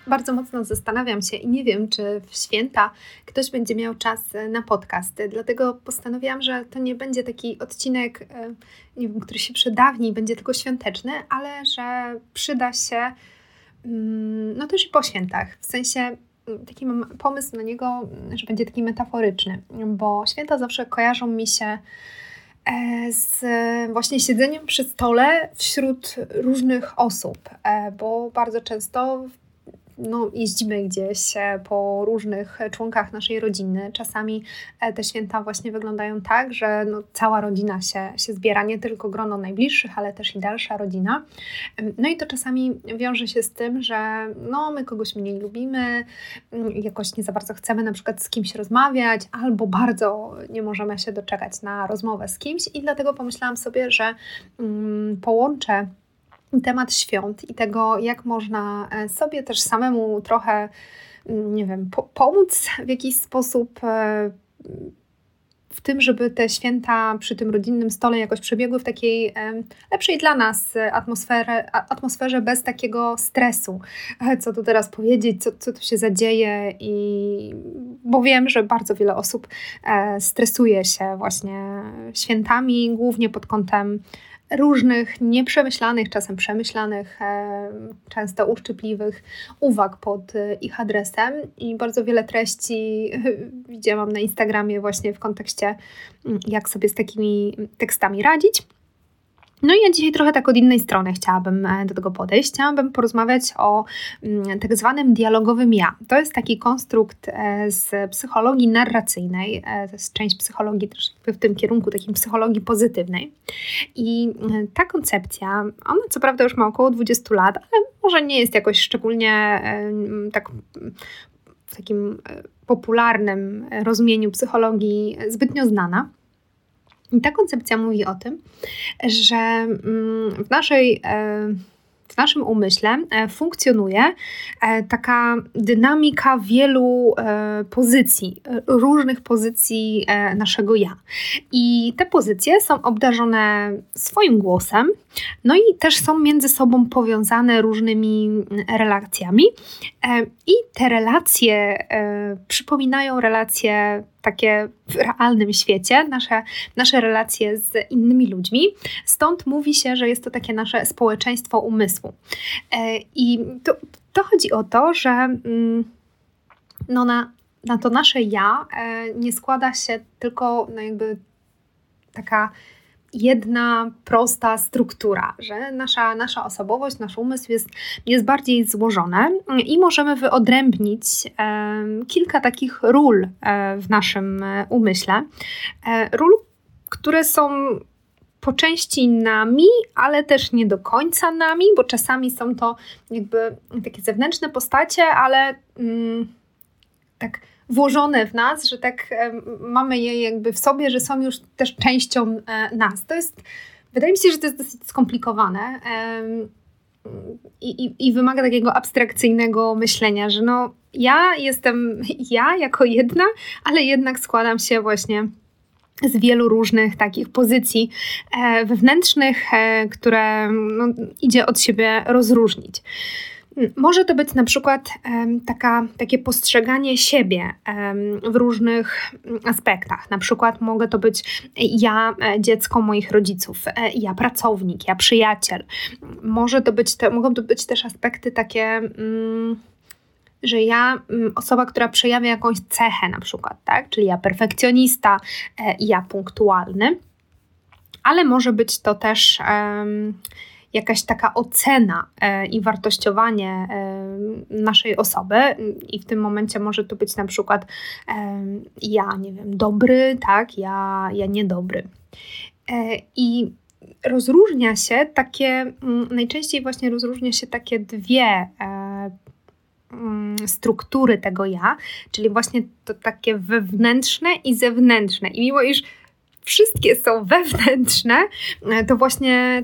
bardzo mocno zastanawiam się i nie wiem, czy w święta ktoś będzie miał czas na podcasty, dlatego postanowiłam, że to nie będzie taki odcinek, nie wiem, który się przedawni, będzie tylko świąteczny, ale że przyda się no też i po świętach, w sensie taki mam pomysł na niego, że będzie taki metaforyczny, bo święta zawsze kojarzą mi się z właśnie siedzeniem przy stole wśród różnych osób, bo bardzo często jeździmy gdzieś po różnych członkach naszej rodziny. Czasami te święta właśnie wyglądają tak, że cała rodzina się zbiera, nie tylko grono najbliższych, ale też i dalsza rodzina. No i to czasami wiąże się z tym, że my kogoś mniej lubimy, jakoś nie za bardzo chcemy na przykład z kimś rozmawiać, albo bardzo nie możemy się doczekać na rozmowę z kimś i dlatego pomyślałam sobie, że połączę temat świąt i tego, jak można sobie też samemu trochę, nie wiem, pomóc w jakiś sposób w tym, żeby te święta przy tym rodzinnym stole jakoś przebiegły w takiej lepszej dla nas atmosferze bez takiego stresu. Co tu teraz powiedzieć, co tu się zadzieje bo wiem, że bardzo wiele osób stresuje się właśnie świętami, głównie pod kątem różnych nieprzemyślanych, czasem przemyślanych, często uszczypliwych uwag pod ich adresem i bardzo wiele treści widziałam na Instagramie właśnie w kontekście, jak sobie z takimi tekstami radzić. No i ja dzisiaj trochę tak od innej strony chciałabym do tego podejść. Chciałabym porozmawiać o tak zwanym dialogowym ja. To jest taki konstrukt z psychologii narracyjnej. To jest część psychologii też w tym kierunku, takiej psychologii pozytywnej. I ta koncepcja, ona co prawda już ma około 20 lat, ale może nie jest jakoś szczególnie tak w takim popularnym rozumieniu psychologii zbytnio znana. I ta koncepcja mówi o tym, że w naszym umyśle funkcjonuje taka dynamika wielu pozycji, różnych pozycji naszego ja. I te pozycje są obdarzone swoim głosem, no i też są między sobą powiązane różnymi relacjami. I te relacje przypominają relacje takie w realnym świecie, nasze relacje z innymi ludźmi. Stąd mówi się, że jest to takie nasze społeczeństwo umysłu. I to chodzi o to, że na to nasze ja nie składa się tylko jakby taka jedna, prosta struktura, że nasza osobowość, nasz umysł jest bardziej złożony i możemy wyodrębnić kilka takich ról w naszym umyśle. Ról, które są po części nami, ale też nie do końca nami, bo czasami są to jakby takie zewnętrzne postacie, ale tak włożone w nas, że tak mamy je jakby w sobie, że są już też częścią nas. Wydaje mi się, że to jest dosyć skomplikowane i wymaga takiego abstrakcyjnego myślenia, że ja jestem ja jako jedna, ale jednak składam się właśnie z wielu różnych takich pozycji wewnętrznych, które idzie od siebie rozróżnić. Może to być na przykład takie postrzeganie siebie w różnych aspektach. Na przykład mogę to być ja, dziecko moich rodziców, ja, pracownik, ja, przyjaciel. Mogą to być też aspekty takie, że ja, osoba, która przejawia jakąś cechę na przykład, tak? Czyli ja perfekcjonista, ja punktualny. Ale może być to też jakaś taka ocena i wartościowanie naszej osoby i w tym momencie może to być na przykład ja, nie wiem, dobry, tak, ja niedobry. I najczęściej właśnie rozróżnia się takie dwie struktury tego ja, czyli właśnie to takie wewnętrzne i zewnętrzne. I mimo iż wszystkie są wewnętrzne, to właśnie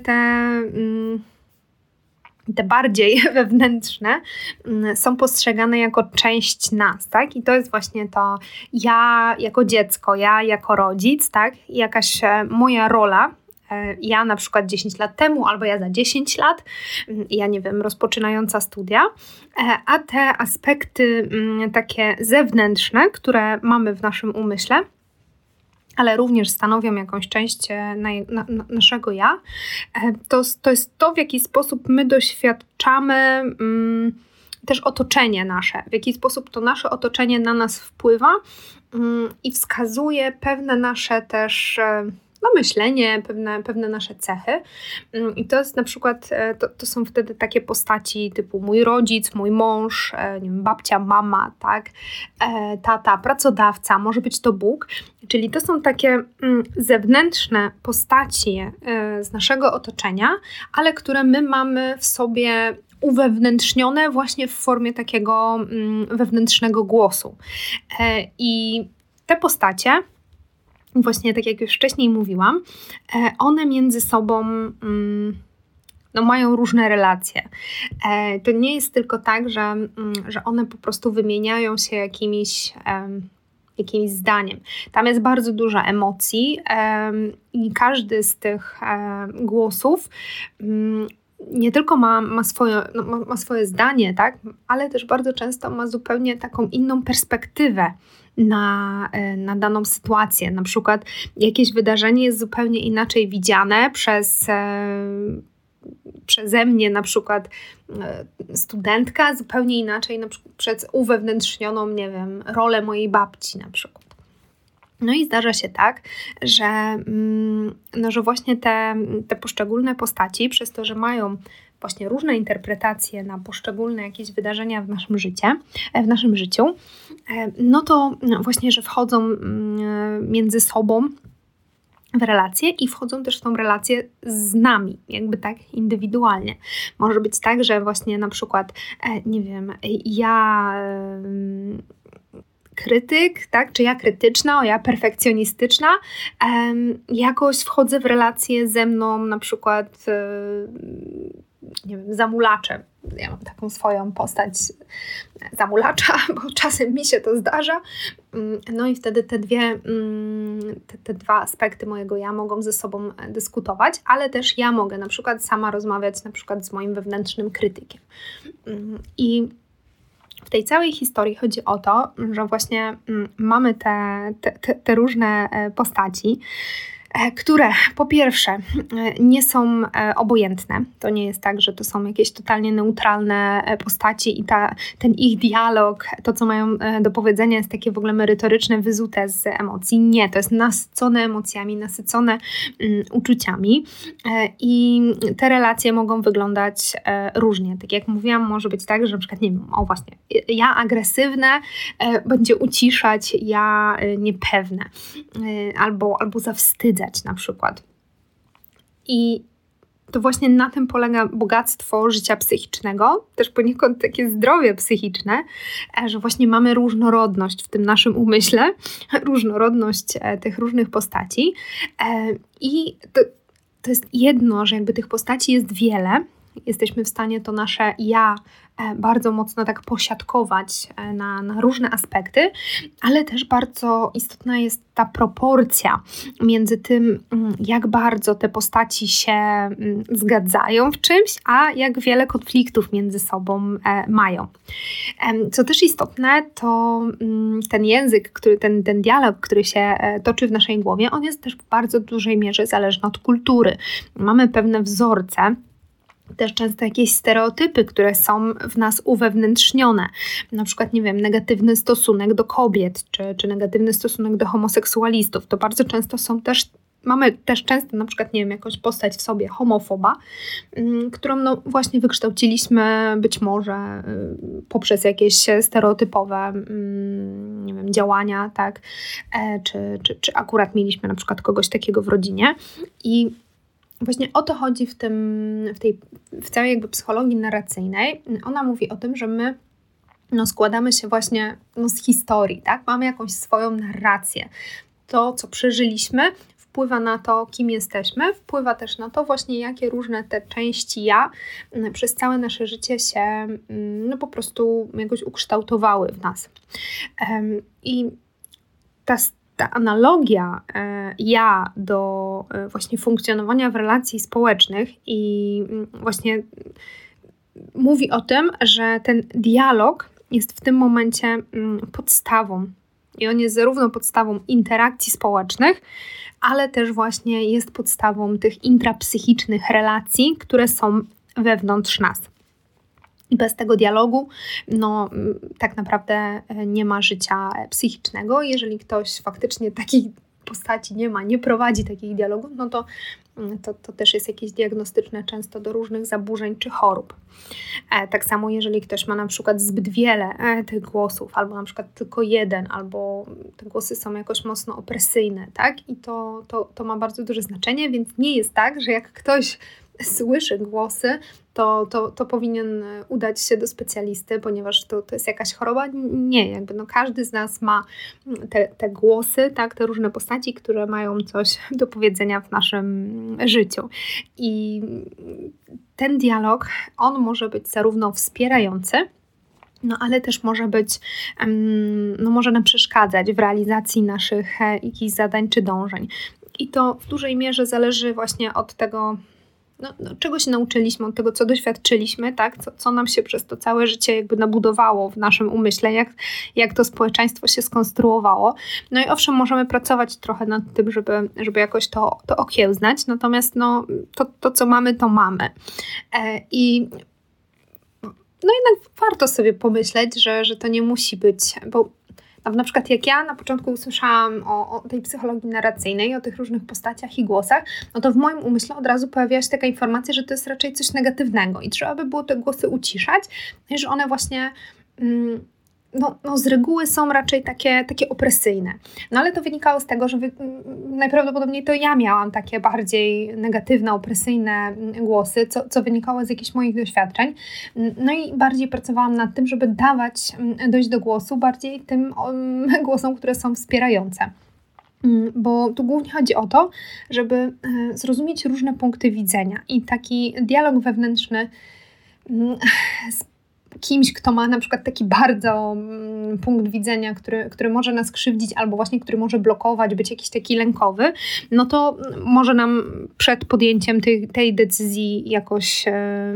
te bardziej wewnętrzne są postrzegane jako część nas, tak? I to jest właśnie to ja jako dziecko, ja jako rodzic, tak? I jakaś moja rola ja na przykład 10 lat temu, albo ja za 10 lat, ja nie wiem, rozpoczynająca studia, a te aspekty takie zewnętrzne, które mamy w naszym umyśle, ale również stanowią jakąś część naszego ja, to jest to, w jaki sposób my doświadczamy też otoczenie nasze, w jaki sposób to nasze otoczenie na nas wpływa i wskazuje pewne nasze też myślenie, pewne nasze cechy. I to jest na przykład, to są wtedy takie postaci typu mój rodzic, mój mąż, nie wiem, babcia, mama, tak, tata, pracodawca, może być to Bóg. Czyli to są takie zewnętrzne postaci z naszego otoczenia, ale które my mamy w sobie uwewnętrznione właśnie w formie takiego wewnętrznego głosu. I te postacie, właśnie tak jak już wcześniej mówiłam, one między sobą mają różne relacje. To nie jest tylko tak, że one po prostu wymieniają się jakimś zdaniem. Tam jest bardzo dużo emocji i każdy z tych głosów nie tylko ma swoje zdanie, tak, ale też bardzo często ma zupełnie taką inną perspektywę na daną sytuację. Na przykład jakieś wydarzenie jest zupełnie inaczej widziane przeze mnie, na przykład studentka, zupełnie inaczej na przykład przez uwewnętrznioną, nie wiem, rolę mojej babci na przykład. No i zdarza się tak, że właśnie te poszczególne postaci, przez to, że mają właśnie różne interpretacje na poszczególne jakieś wydarzenia w naszym życiu, no to właśnie, że wchodzą między sobą w relacje i wchodzą też w tą relację z nami, jakby tak indywidualnie. Może być tak, że właśnie na przykład, nie wiem, ja krytyk, tak, czy ja krytyczna, ja perfekcjonistyczna, jakoś wchodzę w relację ze mną, na przykład nie wiem, zamulaczem. Ja mam taką swoją postać zamulacza, bo czasem mi się to zdarza. No i wtedy te dwa aspekty mojego ja mogą ze sobą dyskutować, ale też ja mogę na przykład sama rozmawiać na przykład z moim wewnętrznym krytykiem. I w tej całej historii chodzi o to, że właśnie mamy te różne postaci, które po pierwsze nie są obojętne. To nie jest tak, że to są jakieś totalnie neutralne postaci i ten ich dialog, to co mają do powiedzenia jest takie w ogóle merytoryczne, wyzute z emocji. Nie, to jest nasycone emocjami, nasycone uczuciami i te relacje mogą wyglądać różnie. Tak jak mówiłam, może być tak, że na przykład, nie wiem, właśnie, ja agresywne będzie uciszać ja niepewne albo zawstydzać na przykład. I to właśnie na tym polega bogactwo życia psychicznego, też poniekąd takie zdrowie psychiczne, że właśnie mamy różnorodność w tym naszym umyśle, różnorodność tych różnych postaci i to jest jedno, że jakby tych postaci jest wiele, jesteśmy w stanie to nasze ja bardzo mocno tak posiadkować na różne aspekty, ale też bardzo istotna jest ta proporcja między tym, jak bardzo te postaci się zgadzają w czymś, a jak wiele konfliktów między sobą mają. Co też istotne, to ten język, ten dialog, który się toczy w naszej głowie, on jest też w bardzo dużej mierze zależny od kultury. Mamy pewne wzorce, też często jakieś stereotypy, które są w nas uwewnętrznione. Na przykład, nie wiem, negatywny stosunek do kobiet, czy negatywny stosunek do homoseksualistów. To bardzo często mamy też często na przykład, nie wiem, jakąś postać w sobie homofoba, którą no właśnie wykształciliśmy być może poprzez jakieś stereotypowe, nie wiem, działania, tak, czy akurat mieliśmy na przykład kogoś takiego w rodzinie i właśnie o to chodzi w całej jakby psychologii narracyjnej. Ona mówi o tym, że my składamy się właśnie z historii, tak? Mamy jakąś swoją narrację. To, co przeżyliśmy, wpływa na to, kim jesteśmy, wpływa też na to właśnie, jakie różne te części ja przez całe nasze życie się po prostu jakoś ukształtowały w nas. I ta analogia ja do właśnie funkcjonowania w relacji społecznych i właśnie mówi o tym, że ten dialog jest w tym momencie podstawą. I on jest zarówno podstawą interakcji społecznych, ale też właśnie jest podstawą tych intrapsychicznych relacji, które są wewnątrz nas. I bez tego dialogu, tak naprawdę nie ma życia psychicznego. Jeżeli ktoś faktycznie takiej postaci nie ma, nie prowadzi takich dialogów, to też jest jakieś diagnostyczne często do różnych zaburzeń czy chorób. Tak samo jeżeli ktoś ma na przykład zbyt wiele tych głosów, albo na przykład tylko jeden, albo te głosy są jakoś mocno opresyjne, tak? I to ma bardzo duże znaczenie, więc nie jest tak, że jak ktoś słyszy głosy, to powinien udać się do specjalisty, ponieważ to jest jakaś choroba. Nie, każdy z nas ma te głosy, tak, te różne postaci, które mają coś do powiedzenia w naszym życiu. I ten dialog, on może być zarówno wspierający, ale też może być, może nam przeszkadzać w realizacji naszych jakichś zadań czy dążeń. I to w dużej mierze zależy właśnie od tego, czego się nauczyliśmy, od tego, co doświadczyliśmy, tak? Co nam się przez to całe życie jakby nabudowało w naszym umyśle, jak to społeczeństwo się skonstruowało. No i owszem, możemy pracować trochę nad tym, żeby jakoś to okiełznać, natomiast to, co mamy, to mamy. I jednak warto sobie pomyśleć, że to nie musi być, bo na przykład jak ja na początku usłyszałam o tej psychologii narracyjnej, o tych różnych postaciach i głosach, to w moim umyśle od razu pojawiała się taka informacja, że to jest raczej coś negatywnego i trzeba by było te głosy uciszać, i że one właśnie z reguły są raczej takie opresyjne. Ale to wynikało z tego, że najprawdopodobniej to ja miałam takie bardziej negatywne, opresyjne głosy, co wynikało z jakichś moich doświadczeń. I bardziej pracowałam nad tym, żeby dojść do głosu bardziej tym głosom, które są wspierające. Bo tu głównie chodzi o to, żeby zrozumieć różne punkty widzenia i taki dialog wewnętrzny z kimś, kto ma na przykład taki bardzo punkt widzenia, który może nas krzywdzić albo właśnie który może blokować, być jakiś taki lękowy, to może nam przed podjęciem tej decyzji jakoś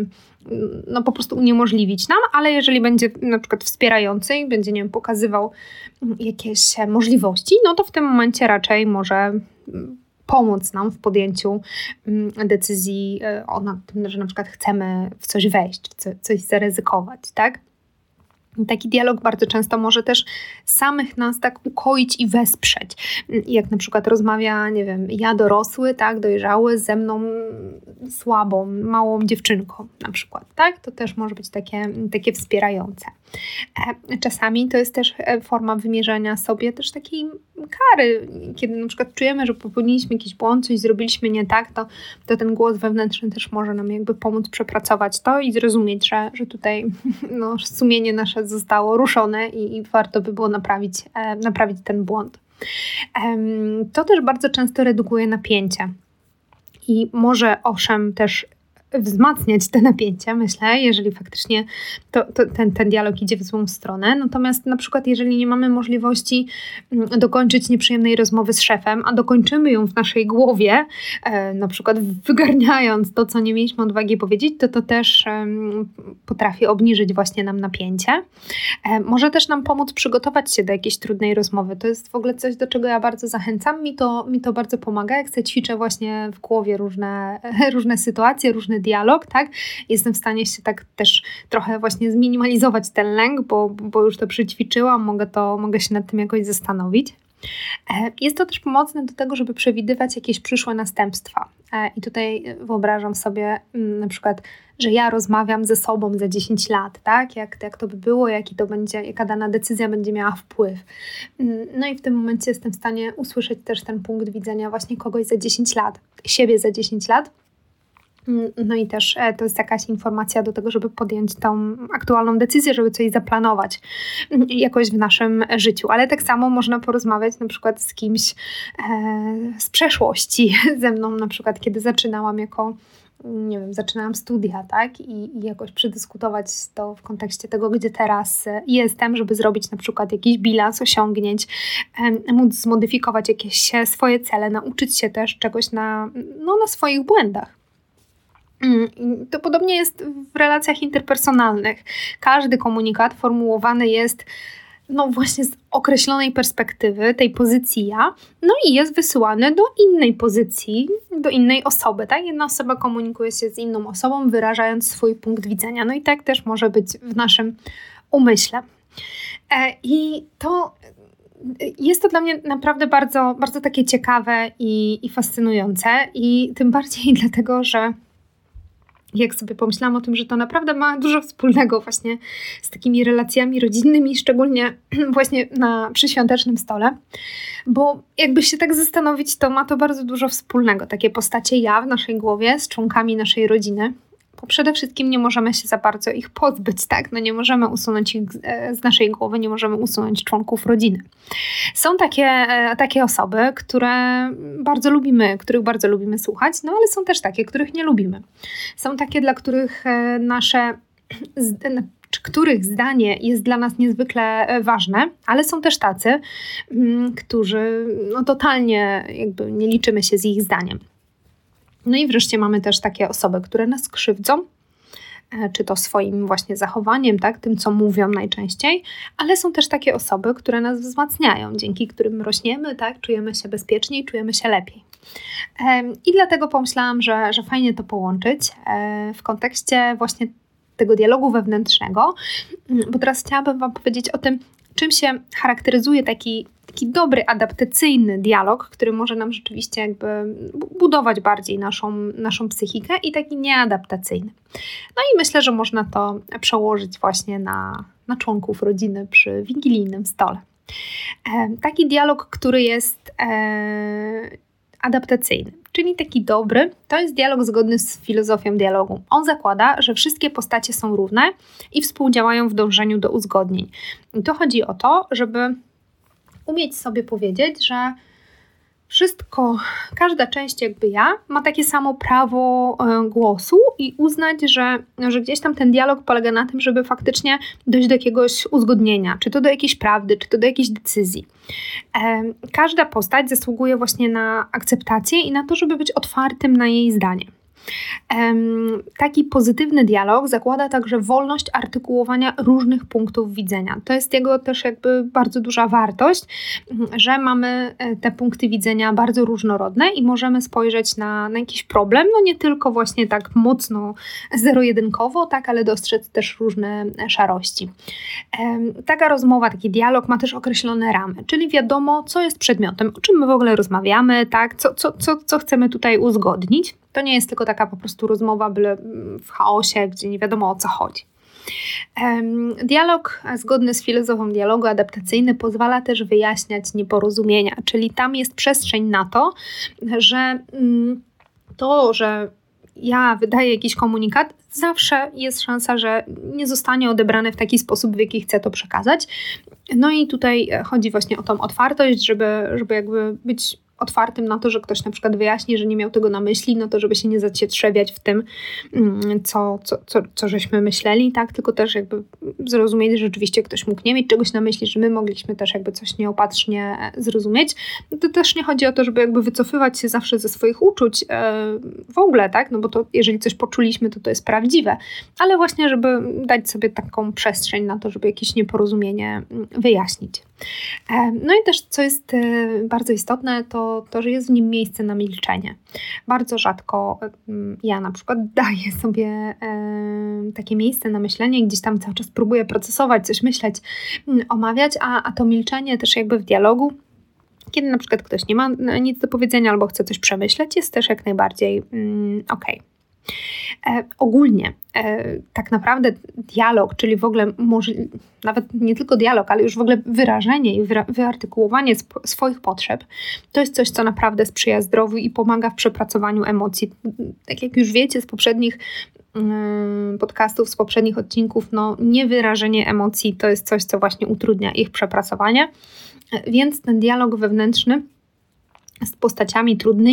po prostu uniemożliwić nam, ale jeżeli będzie na przykład wspierający i będzie, pokazywał jakieś możliwości, to w tym momencie raczej może pomóc nam w podjęciu decyzji o tym, że na przykład chcemy w coś wejść, w coś zaryzykować, tak? Taki dialog bardzo często może też samych nas tak ukoić i wesprzeć. Jak na przykład rozmawia, ja dorosły, tak, dojrzały ze mną słabą, małą dziewczynką na przykład, tak? To też może być takie wspierające. Czasami to jest też forma wymierzenia sobie też takiej kary, kiedy na przykład czujemy, że popełniliśmy jakiś błąd, coś zrobiliśmy nie tak, to ten głos wewnętrzny też może nam jakby pomóc przepracować to i zrozumieć, że tutaj sumienie nasze zostało ruszone i warto by było naprawić ten błąd. To też bardzo często redukuje napięcie i może owszem też wzmacniać te napięcia, myślę, jeżeli faktycznie ten dialog idzie w złą stronę. Natomiast na przykład jeżeli nie mamy możliwości dokończyć nieprzyjemnej rozmowy z szefem, a dokończymy ją w naszej głowie, na przykład wygarniając to, co nie mieliśmy odwagi powiedzieć, to też potrafi obniżyć właśnie nam napięcie. Może też nam pomóc przygotować się do jakiejś trudnej rozmowy. To jest w ogóle coś, do czego ja bardzo zachęcam. Mi to bardzo pomaga, jak sobie ćwiczę właśnie w głowie różne sytuacje, różny dialog, tak? Jestem w stanie się tak też trochę właśnie zminimalizować ten lęk, bo już to przećwiczyłam, mogę się nad tym jakoś zastanowić. Jest to też pomocne do tego, żeby przewidywać jakieś przyszłe następstwa. I tutaj wyobrażam sobie na przykład, że ja rozmawiam ze sobą za 10 lat, tak? Jak to by było, jaka dana decyzja będzie miała wpływ. I w tym momencie jestem w stanie usłyszeć też ten punkt widzenia właśnie kogoś za 10 lat, siebie za 10 lat. I też to jest jakaś informacja do tego, żeby podjąć tą aktualną decyzję, żeby coś zaplanować jakoś w naszym życiu. Ale tak samo można porozmawiać na przykład z kimś z przeszłości ze mną, na przykład kiedy zaczynałam nie wiem, zaczynałam studia, tak? I jakoś przedyskutować to w kontekście tego, gdzie teraz jestem, żeby zrobić na przykład jakiś bilans osiągnięć, móc zmodyfikować jakieś swoje cele, nauczyć się też czegoś na swoich błędach. To podobnie jest w relacjach interpersonalnych. Każdy komunikat formułowany jest właśnie z określonej perspektywy, tej pozycji ja, i jest wysyłany do innej pozycji, do innej osoby, tak? Jedna osoba komunikuje się z inną osobą, wyrażając swój punkt widzenia. I tak też może być w naszym umyśle. I to jest to dla mnie naprawdę bardzo, bardzo takie ciekawe i fascynujące i tym bardziej dlatego, że jak sobie pomyślałam o tym, że to naprawdę ma dużo wspólnego właśnie z takimi relacjami rodzinnymi, szczególnie właśnie przy świątecznym stole, bo jakby się tak zastanowić, to ma to bardzo dużo wspólnego. Takie postacie ja w naszej głowie z członkami naszej rodziny, bo przede wszystkim nie możemy się za bardzo ich pozbyć, tak? Nie możemy usunąć ich z naszej głowy, nie możemy usunąć członków rodziny. Są takie osoby, których bardzo lubimy słuchać, ale są też takie, których nie lubimy. Są takie, dla których których zdanie jest dla nas niezwykle ważne, ale są też tacy, którzy totalnie jakby nie liczymy się z ich zdaniem. I wreszcie mamy też takie osoby, które nas krzywdzą, czy to swoim właśnie zachowaniem, tak, tym co mówią najczęściej, ale są też takie osoby, które nas wzmacniają, dzięki którym rośniemy, tak, czujemy się bezpieczniej, czujemy się lepiej. I dlatego pomyślałam, że fajnie to połączyć w kontekście właśnie tego dialogu wewnętrznego, bo teraz chciałabym Wam powiedzieć o tym, czym się charakteryzuje taki dobry, adaptacyjny dialog, który może nam rzeczywiście jakby budować bardziej naszą psychikę i taki nieadaptacyjny. I myślę, że można to przełożyć właśnie na członków rodziny przy wigilijnym stole. Taki dialog, który jest adaptacyjny, czyli taki dobry, to jest dialog zgodny z filozofią dialogu. On zakłada, że wszystkie postacie są równe i współdziałają w dążeniu do uzgodnień. I to chodzi o to, żeby umieć sobie powiedzieć, że każda część jakby ja ma takie samo prawo głosu i uznać, że gdzieś tam ten dialog polega na tym, żeby faktycznie dojść do jakiegoś uzgodnienia, czy to do jakiejś prawdy, czy to do jakiejś decyzji. Każda postać zasługuje właśnie na akceptację i na to, żeby być otwartym na jej zdanie. Taki pozytywny dialog zakłada także wolność artykułowania różnych punktów widzenia. To jest jego też jakby bardzo duża wartość, że mamy te punkty widzenia bardzo różnorodne i możemy spojrzeć na jakiś problem, nie tylko właśnie tak mocno zero-jedynkowo, tak, ale dostrzec też różne szarości. Taka rozmowa, taki dialog ma też określone ramy, czyli wiadomo, co jest przedmiotem, o czym my w ogóle rozmawiamy, tak, co chcemy tutaj uzgodnić. To nie jest tylko taka po prostu rozmowa byle w chaosie, gdzie nie wiadomo o co chodzi. Dialog zgodny z filozofią dialogu adaptacyjny pozwala też wyjaśniać nieporozumienia, czyli tam jest przestrzeń na to, że ja wydaję jakiś komunikat, zawsze jest szansa, że nie zostanie odebrany w taki sposób, w jaki chcę to przekazać. I tutaj chodzi właśnie o tą otwartość, żeby jakby być otwartym na to, że ktoś na przykład wyjaśni, że nie miał tego na myśli, to żeby się nie zacietrzewiać w tym, co żeśmy myśleli, tak, tylko też jakby zrozumieć, że rzeczywiście ktoś mógł nie mieć czegoś na myśli, że my mogliśmy też jakby coś nieopatrznie zrozumieć. To też nie chodzi o to, żeby jakby wycofywać się zawsze ze swoich uczuć w ogóle, tak, bo to jeżeli coś poczuliśmy, to jest prawdziwe, ale właśnie, żeby dać sobie taką przestrzeń na to, żeby jakieś nieporozumienie wyjaśnić. I też, co jest bardzo istotne, to, że jest w nim miejsce na milczenie. Bardzo rzadko ja na przykład daję sobie takie miejsce na myślenie, gdzieś tam cały czas próbuję procesować, coś myśleć, omawiać, a to milczenie też jakby w dialogu, kiedy na przykład ktoś nie ma nic do powiedzenia albo chce coś przemyśleć, jest też jak najbardziej okej. Ogólnie tak naprawdę dialog, czyli w ogóle nawet nie tylko dialog, ale już w ogóle wyrażenie i wyartykułowanie swoich potrzeb, to jest coś, co naprawdę sprzyja zdrowiu i pomaga w przepracowaniu emocji. Tak jak już wiecie z poprzednich podcastów, z poprzednich odcinków, niewyrażenie emocji to jest coś, co właśnie utrudnia ich przepracowanie, więc ten dialog wewnętrzny z postaciami trudnymi,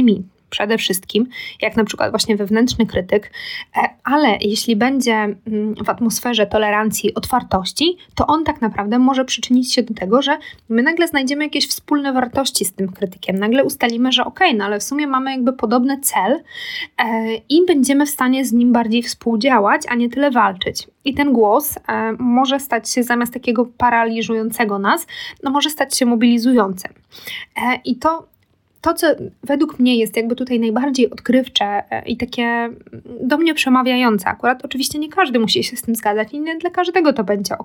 przede wszystkim, jak na przykład właśnie wewnętrzny krytyk, ale jeśli będzie w atmosferze tolerancji, otwartości, to on tak naprawdę może przyczynić się do tego, że my nagle znajdziemy jakieś wspólne wartości z tym krytykiem. Nagle ustalimy, że no ale w sumie mamy jakby podobny cel i będziemy w stanie z nim bardziej współdziałać, a nie tyle walczyć. I ten głos może stać się zamiast takiego paraliżującego nas, może stać się mobilizującym. I to, co według mnie jest jakby tutaj najbardziej odkrywcze i takie do mnie przemawiające, akurat oczywiście nie każdy musi się z tym zgadzać i nie dla każdego to będzie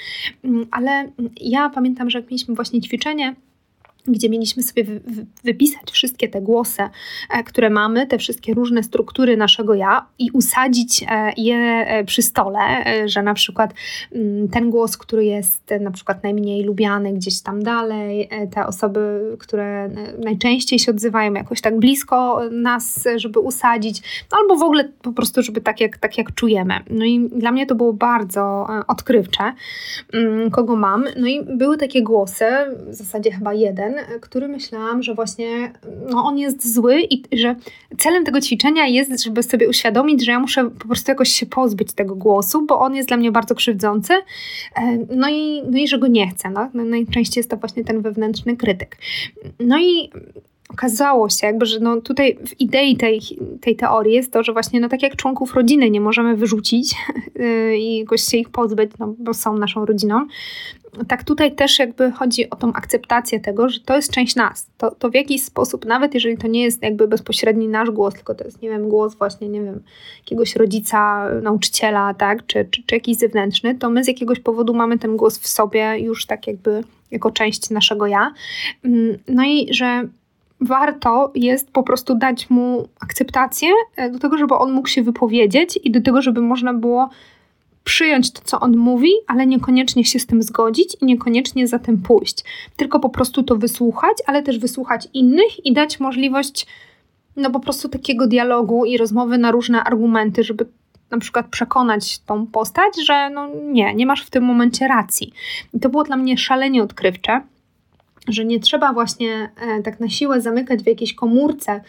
ale ja pamiętam, że jak mieliśmy właśnie ćwiczenie, gdzie mieliśmy sobie wypisać wszystkie te głosy, które mamy, te wszystkie różne struktury naszego ja i usadzić je przy stole, że na przykład ten głos, który jest na przykład najmniej lubiany gdzieś tam dalej, te osoby, które najczęściej się odzywają jakoś tak blisko nas, żeby usadzić, albo w ogóle po prostu, żeby tak jak czujemy. No i dla mnie to było bardzo odkrywcze, kogo mam. No i były takie głosy, w zasadzie chyba jeden, który myślałam, że właśnie on jest zły i że celem tego ćwiczenia jest, żeby sobie uświadomić, że ja muszę po prostu jakoś się pozbyć tego głosu, bo on jest dla mnie bardzo krzywdzący, no i że go nie chcę. Najczęściej jest to właśnie ten wewnętrzny krytyk. No i okazało się jakby, że tutaj w idei tej teorii jest to, że właśnie tak jak członków rodziny nie możemy wyrzucić i jakoś się ich pozbyć, bo są naszą rodziną, tak tutaj też jakby chodzi o tą akceptację tego, że to jest część nas. To w jakiś sposób, nawet jeżeli to nie jest jakby bezpośredni nasz głos, tylko to jest, głos właśnie, jakiegoś rodzica, nauczyciela, tak, czy jakiś zewnętrzny, to my z jakiegoś powodu mamy ten głos w sobie już tak jakby jako część naszego ja. No i że warto jest po prostu dać mu akceptację do tego, żeby on mógł się wypowiedzieć i do tego, żeby można było przyjąć to, co on mówi, ale niekoniecznie się z tym zgodzić i niekoniecznie za tym pójść. Tylko po prostu to wysłuchać, ale też wysłuchać innych i dać możliwość po prostu takiego dialogu i rozmowy na różne argumenty, żeby na przykład przekonać tą postać, że nie masz w tym momencie racji. I to było dla mnie szalenie odkrywcze, że nie trzeba właśnie tak na siłę zamykać w jakiejś komórce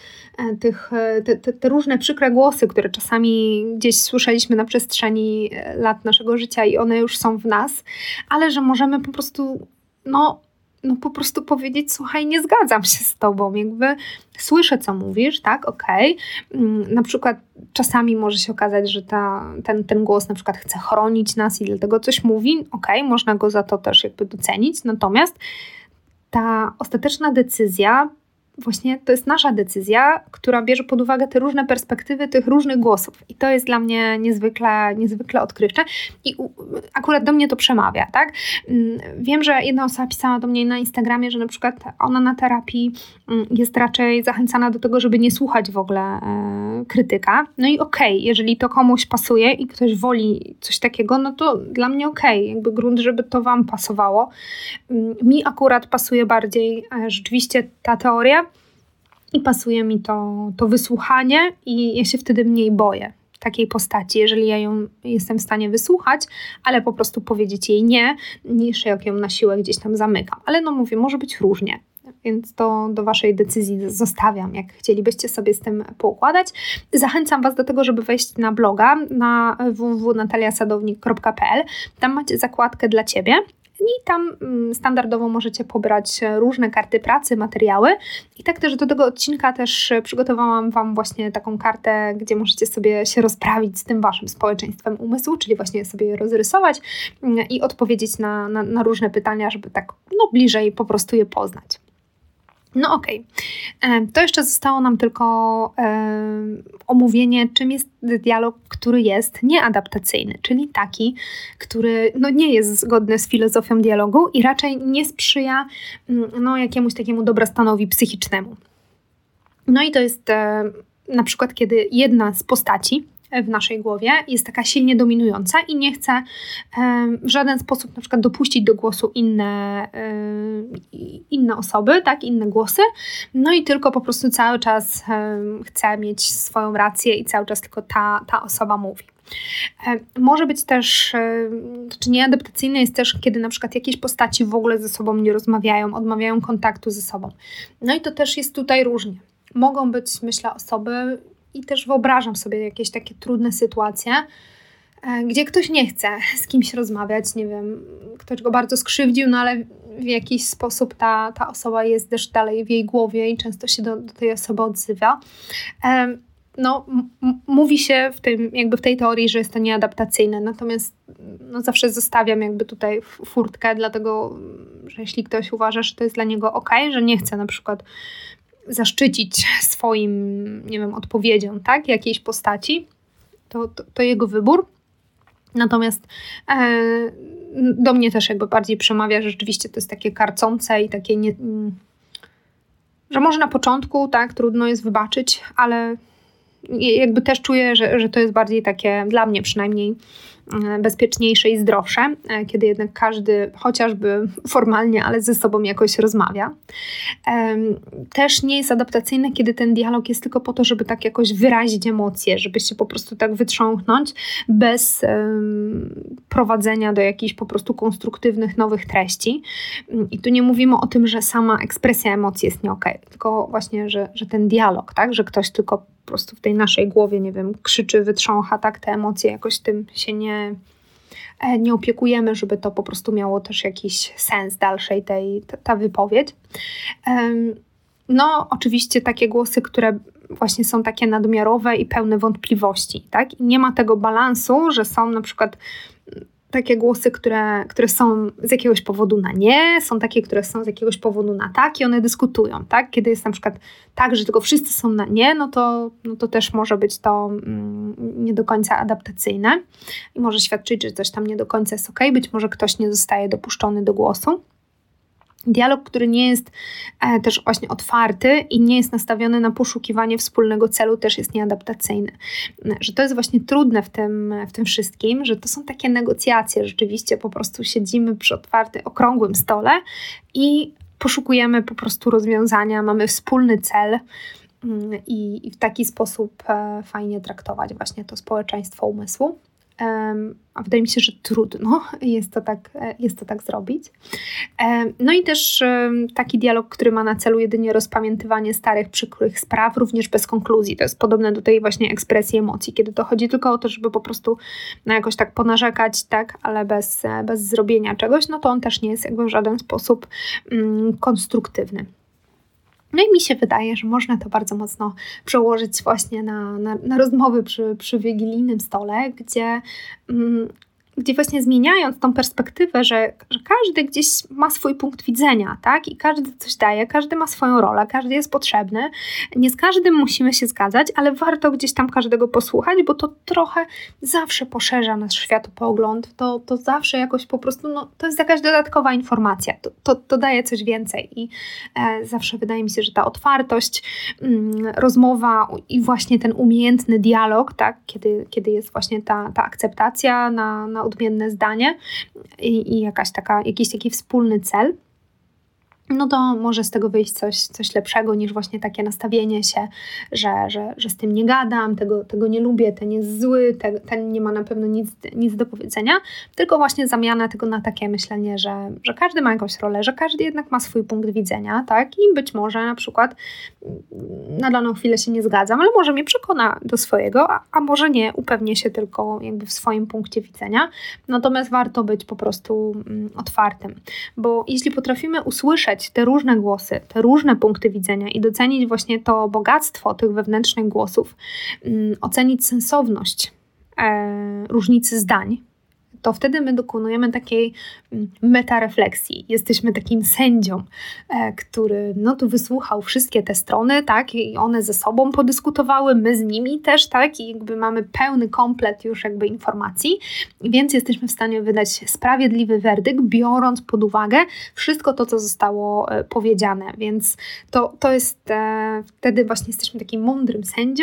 te różne przykre głosy, które czasami gdzieś słyszeliśmy na przestrzeni lat naszego życia i one już są w nas, ale że możemy po prostu po prostu powiedzieć, słuchaj, nie zgadzam się z tobą, jakby słyszę, co mówisz, tak, okej. Na przykład czasami może się okazać, że ten głos na przykład chce chronić nas i dlatego coś mówi, można go za to też jakby docenić, natomiast ta ostateczna decyzja, właśnie to jest nasza decyzja, która bierze pod uwagę te różne perspektywy tych różnych głosów. I to jest dla mnie niezwykle odkrywcze. I akurat do mnie to przemawia, tak? Wiem, że jedna osoba pisała do mnie na Instagramie, że na przykład ona na terapii jest raczej zachęcana do tego, żeby nie słuchać w ogóle krytyka. No i jeżeli to komuś pasuje i ktoś woli coś takiego, no to dla mnie jakby grunt, żeby to wam pasowało. Mi akurat pasuje bardziej rzeczywiście ta teoria i pasuje mi to wysłuchanie i ja się wtedy mniej boję takiej postaci, jeżeli ja ją jestem w stanie wysłuchać, ale po prostu powiedzieć jej nie, niż jak ją na siłę gdzieś tam zamykam. Ale mówię, może być różnie. Więc to do waszej decyzji zostawiam, jak chcielibyście sobie z tym poukładać. Zachęcam was do tego, żeby wejść na bloga na www.nataliasadownik.pl. Tam macie zakładkę dla ciebie. I tam standardowo możecie pobrać różne karty pracy, materiały. I tak też do tego odcinka też przygotowałam wam właśnie taką kartę, gdzie możecie sobie się rozprawić z tym waszym społeczeństwem umysłu, czyli właśnie sobie je rozrysować i odpowiedzieć na różne pytania, żeby tak bliżej po prostu je poznać. To jeszcze zostało nam tylko omówienie, czym jest dialog, który jest nieadaptacyjny, czyli taki, który nie jest zgodny z filozofią dialogu i raczej nie sprzyja jakiemuś takiemu dobrostanowi psychicznemu. No i to jest na przykład, kiedy jedna z postaci w naszej głowie jest taka silnie dominująca i nie chce w żaden sposób na przykład dopuścić do głosu inne osoby, tak, inne głosy, no i tylko po prostu cały czas chce mieć swoją rację i cały czas tylko ta osoba mówi. Może być też, czy nieadaptacyjne jest też, kiedy na przykład jakieś postaci w ogóle ze sobą nie rozmawiają, odmawiają kontaktu ze sobą. No i to też jest tutaj różnie. mogą być, myślę, osoby i też wyobrażam sobie jakieś takie trudne sytuacje, gdzie ktoś nie chce z kimś rozmawiać, nie wiem, ktoś go bardzo skrzywdził, no ale w jakiś sposób ta osoba jest też dalej w jej głowie i często się do tej osoby odzywa. Mówi się w tej teorii, że jest to nieadaptacyjne, natomiast zawsze zostawiam jakby tutaj furtkę, dlatego, że jeśli ktoś uważa, że to jest dla niego okej, że nie chce na przykład zaszczycić swoim, nie wiem, odpowiedzią, tak, jakiejś postaci, to jego wybór. Natomiast do mnie też jakby bardziej przemawia, że rzeczywiście to jest takie karcące i takie, że może na początku, tak, trudno jest wybaczyć, ale jakby też czuję, że to jest bardziej takie, dla mnie przynajmniej, bezpieczniejsze i zdrowsze, kiedy jednak każdy chociażby formalnie, ale ze sobą jakoś rozmawia. Też nie jest adaptacyjne, kiedy ten dialog jest tylko po to, żeby tak jakoś wyrazić emocje, żeby się po prostu tak wytrząchnąć bez prowadzenia do jakichś po prostu konstruktywnych, nowych treści. I tu nie mówimy o tym, że sama ekspresja emocji jest nie okej, tylko właśnie, że ten dialog, tak, że ktoś tylko po prostu w tej naszej głowie, nie wiem, krzyczy, wytrzącha, tak, te emocje, jakoś tym się nie opiekujemy, żeby to po prostu miało też jakiś sens dalszej ta wypowiedź. Oczywiście takie głosy, które właśnie są takie nadmiarowe i pełne wątpliwości, tak? I nie ma tego balansu, że są na przykład takie głosy, które są z jakiegoś powodu na nie, są takie, które są z jakiegoś powodu na tak i one dyskutują, tak? Kiedy jest na przykład tak, że tylko wszyscy są na nie, no to też może być to nie do końca adaptacyjne i może świadczyć, że coś tam nie do końca jest okej, być może ktoś nie zostaje dopuszczony do głosu. Dialog, który nie jest też właśnie otwarty i nie jest nastawiony na poszukiwanie wspólnego celu, też jest nieadaptacyjny. Że to jest właśnie trudne w tym wszystkim, że to są takie negocjacje, rzeczywiście po prostu siedzimy przy okrągłym stole i poszukujemy po prostu rozwiązania, mamy wspólny cel i w taki sposób fajnie traktować właśnie to społeczeństwo umysłu. A wydaje mi się, że trudno jest to tak zrobić. No i też taki dialog, który ma na celu jedynie rozpamiętywanie starych, przykrych spraw, również bez konkluzji. To jest podobne do tej właśnie ekspresji emocji, kiedy to chodzi tylko o to, żeby po prostu jakoś tak ponarzekać, tak, ale bez zrobienia czegoś, no to on też nie jest jakby w żaden sposób konstruktywny. No i mi się wydaje, że można to bardzo mocno przełożyć właśnie na rozmowy przy wigilijnym stole, gdzie właśnie zmieniając tą perspektywę, że każdy gdzieś ma swój punkt widzenia, tak? I każdy coś daje, każdy ma swoją rolę, każdy jest potrzebny. Nie z każdym musimy się zgadzać, ale warto gdzieś tam każdego posłuchać, bo to trochę zawsze poszerza nasz światopogląd, to zawsze jakoś po prostu, to jest jakaś dodatkowa informacja, to daje coś więcej i zawsze wydaje mi się, że ta otwartość, rozmowa i właśnie ten umiejętny dialog, tak? Kiedy jest właśnie ta akceptacja na odmienne zdanie i jakiś taki wspólny cel, no to może z tego wyjść coś lepszego niż właśnie takie nastawienie się, że z tym nie gadam, tego nie lubię, ten jest zły, ten nie ma na pewno nic do powiedzenia, tylko właśnie zamiana tego na takie myślenie, że każdy ma jakąś rolę, że każdy jednak ma swój punkt widzenia, tak? I być może na przykład na daną chwilę się nie zgadzam, ale może mnie przekona do swojego, a może nie, upewnię się tylko jakby w swoim punkcie widzenia. Natomiast warto być po prostu otwartym, bo jeśli potrafimy usłyszeć te różne głosy, te różne punkty widzenia i docenić właśnie to bogactwo tych wewnętrznych głosów, ocenić sensowność różnicy zdań, to wtedy my dokonujemy takiej metarefleksji. Jesteśmy takim sędzią, który tu wysłuchał wszystkie te strony, tak, i one ze sobą podyskutowały, my z nimi też, tak, i jakby mamy pełny komplet już jakby informacji, więc jesteśmy w stanie wydać sprawiedliwy werdykt, biorąc pod uwagę wszystko to, co zostało powiedziane, więc to jest wtedy właśnie jesteśmy takim mądrym sędzią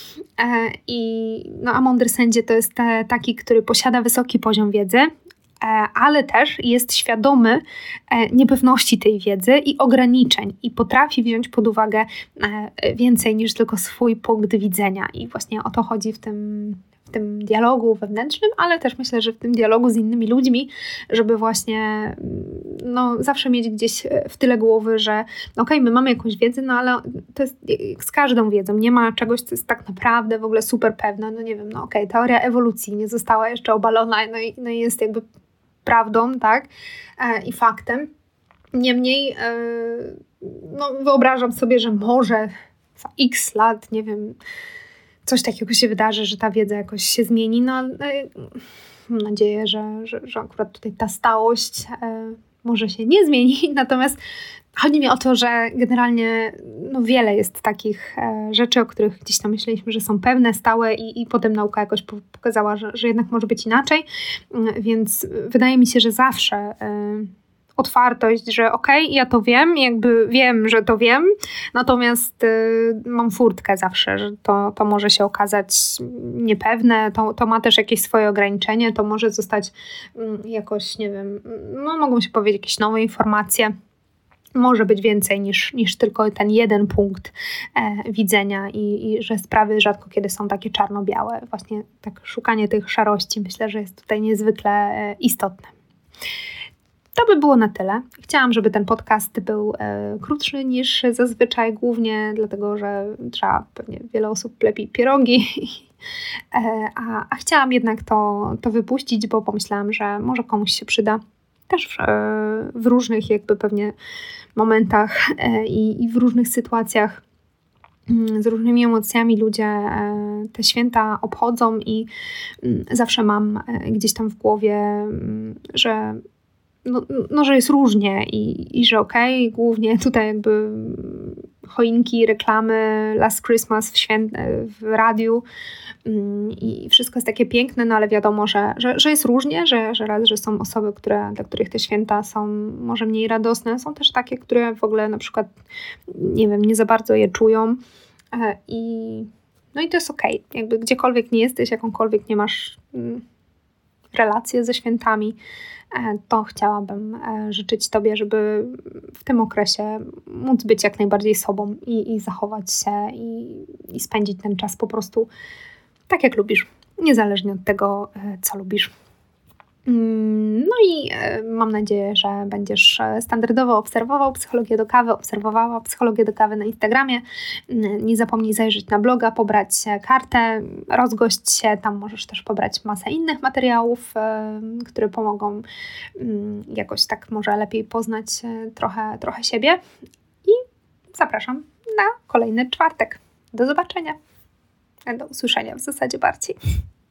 a mądry sędzia to jest taki, który posiada wysoki poziom wiedzy, ale też jest świadomy niepewności tej wiedzy i ograniczeń i potrafi wziąć pod uwagę więcej niż tylko swój punkt widzenia i właśnie o to chodzi w tym dialogu wewnętrznym, ale też myślę, że w tym dialogu z innymi ludźmi, żeby właśnie zawsze mieć gdzieś w tyle głowy, że okej, my mamy jakąś wiedzę, no ale to jest jak z każdą wiedzą, nie ma czegoś, co jest tak naprawdę w ogóle super pewne, nie wiem, teoria ewolucji nie została jeszcze obalona, no i jest jakby prawdą, tak, i faktem. Niemniej wyobrażam sobie, że może za x lat, nie wiem, coś takiego się wydarzy, że ta wiedza jakoś się zmieni, ale mam nadzieję, że akurat tutaj ta stałość może się nie zmieni, natomiast chodzi mi o to, że generalnie wiele jest takich rzeczy, o których gdzieś tam myśleliśmy, że są pewne, stałe i potem nauka jakoś pokazała, że jednak może być inaczej, więc wydaje mi się, że zawsze otwartość, że ja to wiem, jakby wiem, że to wiem, natomiast mam furtkę zawsze, że to może się okazać niepewne, to ma też jakieś swoje ograniczenie, to może zostać jakoś, nie wiem, mogą się powiedzieć jakieś nowe informacje, może być więcej niż tylko ten jeden punkt widzenia i że sprawy rzadko kiedy są takie czarno-białe. Właśnie tak szukanie tych szarości myślę, że jest tutaj niezwykle istotne. To by było na tyle. Chciałam, żeby ten podcast był krótszy niż zazwyczaj, głównie dlatego, że trzeba pewnie wiele osób lepi pierogi, a chciałam jednak to wypuścić, bo pomyślałam, że może komuś się przyda też w różnych jakby pewnie momentach i w różnych sytuacjach z różnymi emocjami ludzie te święta obchodzą i zawsze mam gdzieś tam w głowie, że że jest różnie i że głównie tutaj jakby choinki, reklamy, Last Christmas w radiu i wszystko jest takie piękne, ale wiadomo, że jest różnie, że są osoby, dla których te święta są może mniej radosne, są też takie, które w ogóle na przykład, nie wiem, nie za bardzo je czują i to jest jakby gdziekolwiek nie jesteś, jakąkolwiek nie masz relacje ze świętami, to chciałabym życzyć Tobie, żeby w tym okresie móc być jak najbardziej sobą i zachować się i spędzić ten czas po prostu tak, jak lubisz, niezależnie od tego, co lubisz. I mam nadzieję, że będziesz standardowo obserwowała Psychologię do kawy na Instagramie. Nie zapomnij zajrzeć na bloga, pobrać kartę, rozgość się. Tam możesz też pobrać masę innych materiałów, które pomogą jakoś tak może lepiej poznać trochę siebie. I zapraszam na kolejny czwartek. Do zobaczenia. Do usłyszenia w zasadzie bardziej.